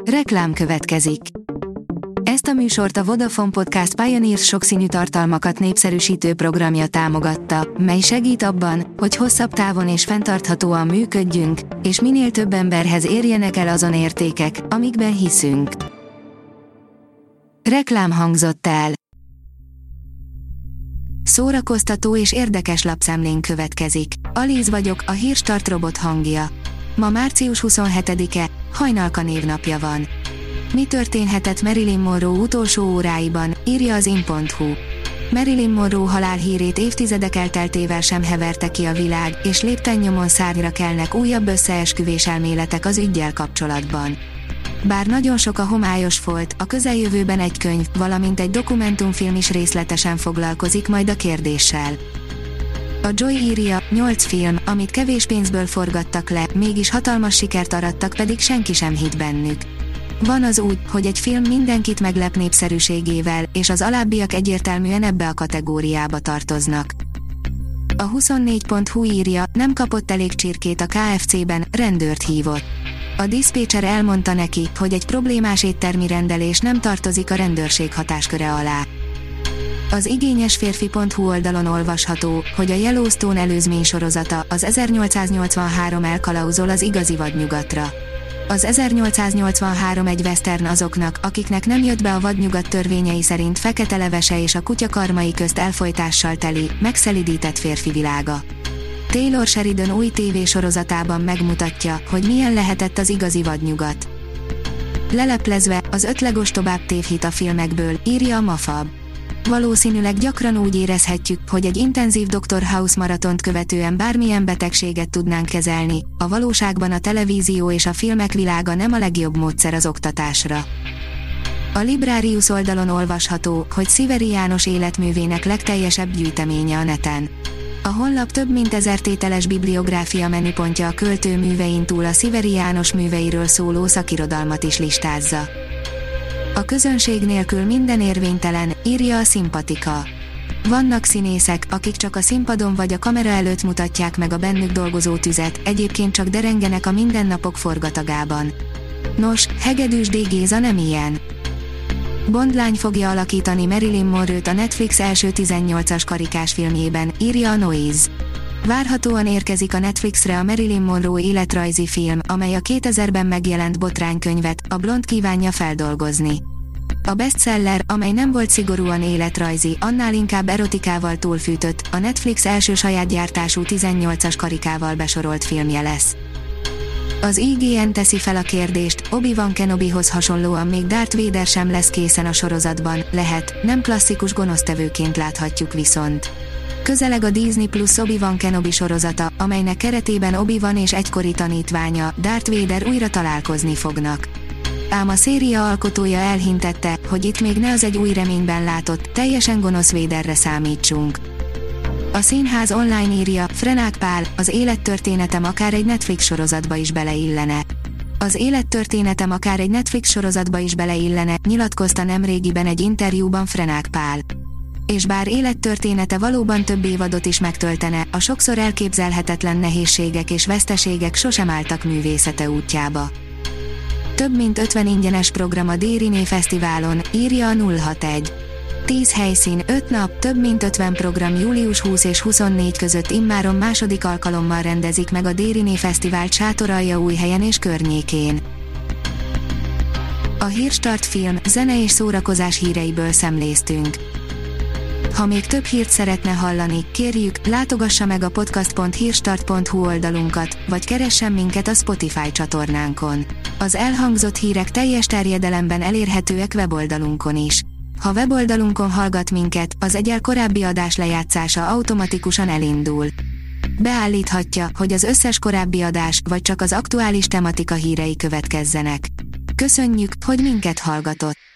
Reklám következik. Ezt a műsort a Vodafone Podcast Pioneers sokszínű tartalmakat népszerűsítő programja támogatta, mely segít abban, hogy hosszabb távon és fenntarthatóan működjünk, és minél több emberhez érjenek el azon értékek, amikben hiszünk. Reklám hangzott el. Szórakoztató és érdekes lapszemlén következik. Alíz vagyok, a Hírstart robot hangja. Ma március 27-e, Hajnalka névnapja van. Mi történhetett Marilyn Monroe utolsó óráiban, írja az in.hu. Marilyn Monroe halálhírét évtizedek elteltével sem heverte ki a világ, és lépten-nyomon szárnyra kelnek újabb összeesküvés elméletek az üggyel kapcsolatban. Bár nagyon sok a homályos folt, a közeljövőben egy könyv, valamint egy dokumentumfilm is részletesen foglalkozik majd a kérdéssel. A Joy írja, 8 film, amit kevés pénzből forgattak le, mégis hatalmas sikert arattak, pedig senki sem hitt bennük. Van az úgy, hogy egy film mindenkit meglep népszerűségével, és az alábbiak egyértelműen ebbe a kategóriába tartoznak. A 24.hu írja, nem kapott elég csirkét a KFC-ben, rendőrt hívott. A diszpécser elmondta neki, hogy egy problémás éttermi rendelés nem tartozik a rendőrség hatásköre alá. Az igényesférfi.hu oldalon olvasható, hogy a Yellowstone előzménysorozata, az 1883 elkalauzol az igazi vadnyugatra. Az 1883 egy western azoknak, akiknek nem jött be a vadnyugat törvényei szerint fekete levese és a kutya karmai közt elfojtással teli, megszelidített férfi világa. Taylor Sheridan új tévésorozatában megmutatja, hogy milyen lehetett az igazi vadnyugat. Leleplezve, az 5 legostobább tévhit a filmekből, írja a Mafab. Valószínűleg gyakran úgy érezhetjük, hogy egy intenzív Dr. House maratont követően bármilyen betegséget tudnánk kezelni, a valóságban a televízió és a filmek világa nem a legjobb módszer az oktatásra. A Librarius oldalon olvasható, hogy Sziveri János életművének legteljesebb gyűjteménye a neten. A honlap több mint 1000 tételes bibliográfia menüpontja a költő művein túl a Sziveri János műveiről szóló szakirodalmat is listázza. A közönség nélkül minden érvénytelen, írja a Szimpatika. Vannak színészek, akik csak a színpadon vagy a kamera előtt mutatják meg a bennük dolgozó tüzet, egyébként csak derengenek a mindennapok forgatagában. Nos, Hegedűs D. Géza nem ilyen. Bond lány fogja alakítani Marilyn Monroe-t a Netflix első 18-as karikás filmjében, írja a Noise. Várhatóan érkezik a Netflixre a Marilyn Monroe életrajzi film, amely a 2000-ben megjelent botránykönyvet, a Blond kívánja feldolgozni. A bestseller, amely nem volt szigorúan életrajzi, annál inkább erotikával túlfűtött, a Netflix első saját gyártású 18-as karikával besorolt filmje lesz. Az IGN teszi fel a kérdést, Obi-Wan Kenobihoz hasonlóan még Darth Vader sem lesz készen a sorozatban, lehet, nem klasszikus gonosztevőként láthatjuk viszont. Közeleg a Disney Plus Obi-Wan Kenobi sorozata, amelynek keretében Obi-Wan és egykori tanítványa, Darth Vader újra találkozni fognak. Ám a széria alkotója elhintette, hogy itt még ne az egy új reményben látott, teljesen gonosz Vaderre számítsunk. A Színház online írja, Frenák Pál, az élettörténetem akár egy Netflix sorozatba is beleillene. Az élettörténetem akár egy Netflix sorozatba is beleillene, nyilatkozta nemrégiben egy interjúban Frenák Pál. És bár élettörténete valóban több évadot is megtöltene, a sokszor elképzelhetetlen nehézségek és veszteségek sosem álltak művészete útjába. Több mint 50 ingyenes program a Dériné Fesztiválon, írja a 061. 10 helyszín, 5 nap, több mint 50 program július 20 és 24 között immáron második alkalommal rendezik meg a Dériné Fesztivált Sátoraljaújhelyen és környékén. A Hírstart film, zene és szórakozás híreiből szemléztünk. Ha még több hírt szeretne hallani, kérjük, látogassa meg a podcast.hírstart.hu oldalunkat, vagy keressen minket a Spotify csatornánkon. Az elhangzott hírek teljes terjedelemben elérhetőek weboldalunkon is. Ha weboldalunkon hallgat minket, az egyel korábbi adás lejátszása automatikusan elindul. Beállíthatja, hogy az összes korábbi adás, vagy csak az aktuális tematika hírei következzenek. Köszönjük, hogy minket hallgatott!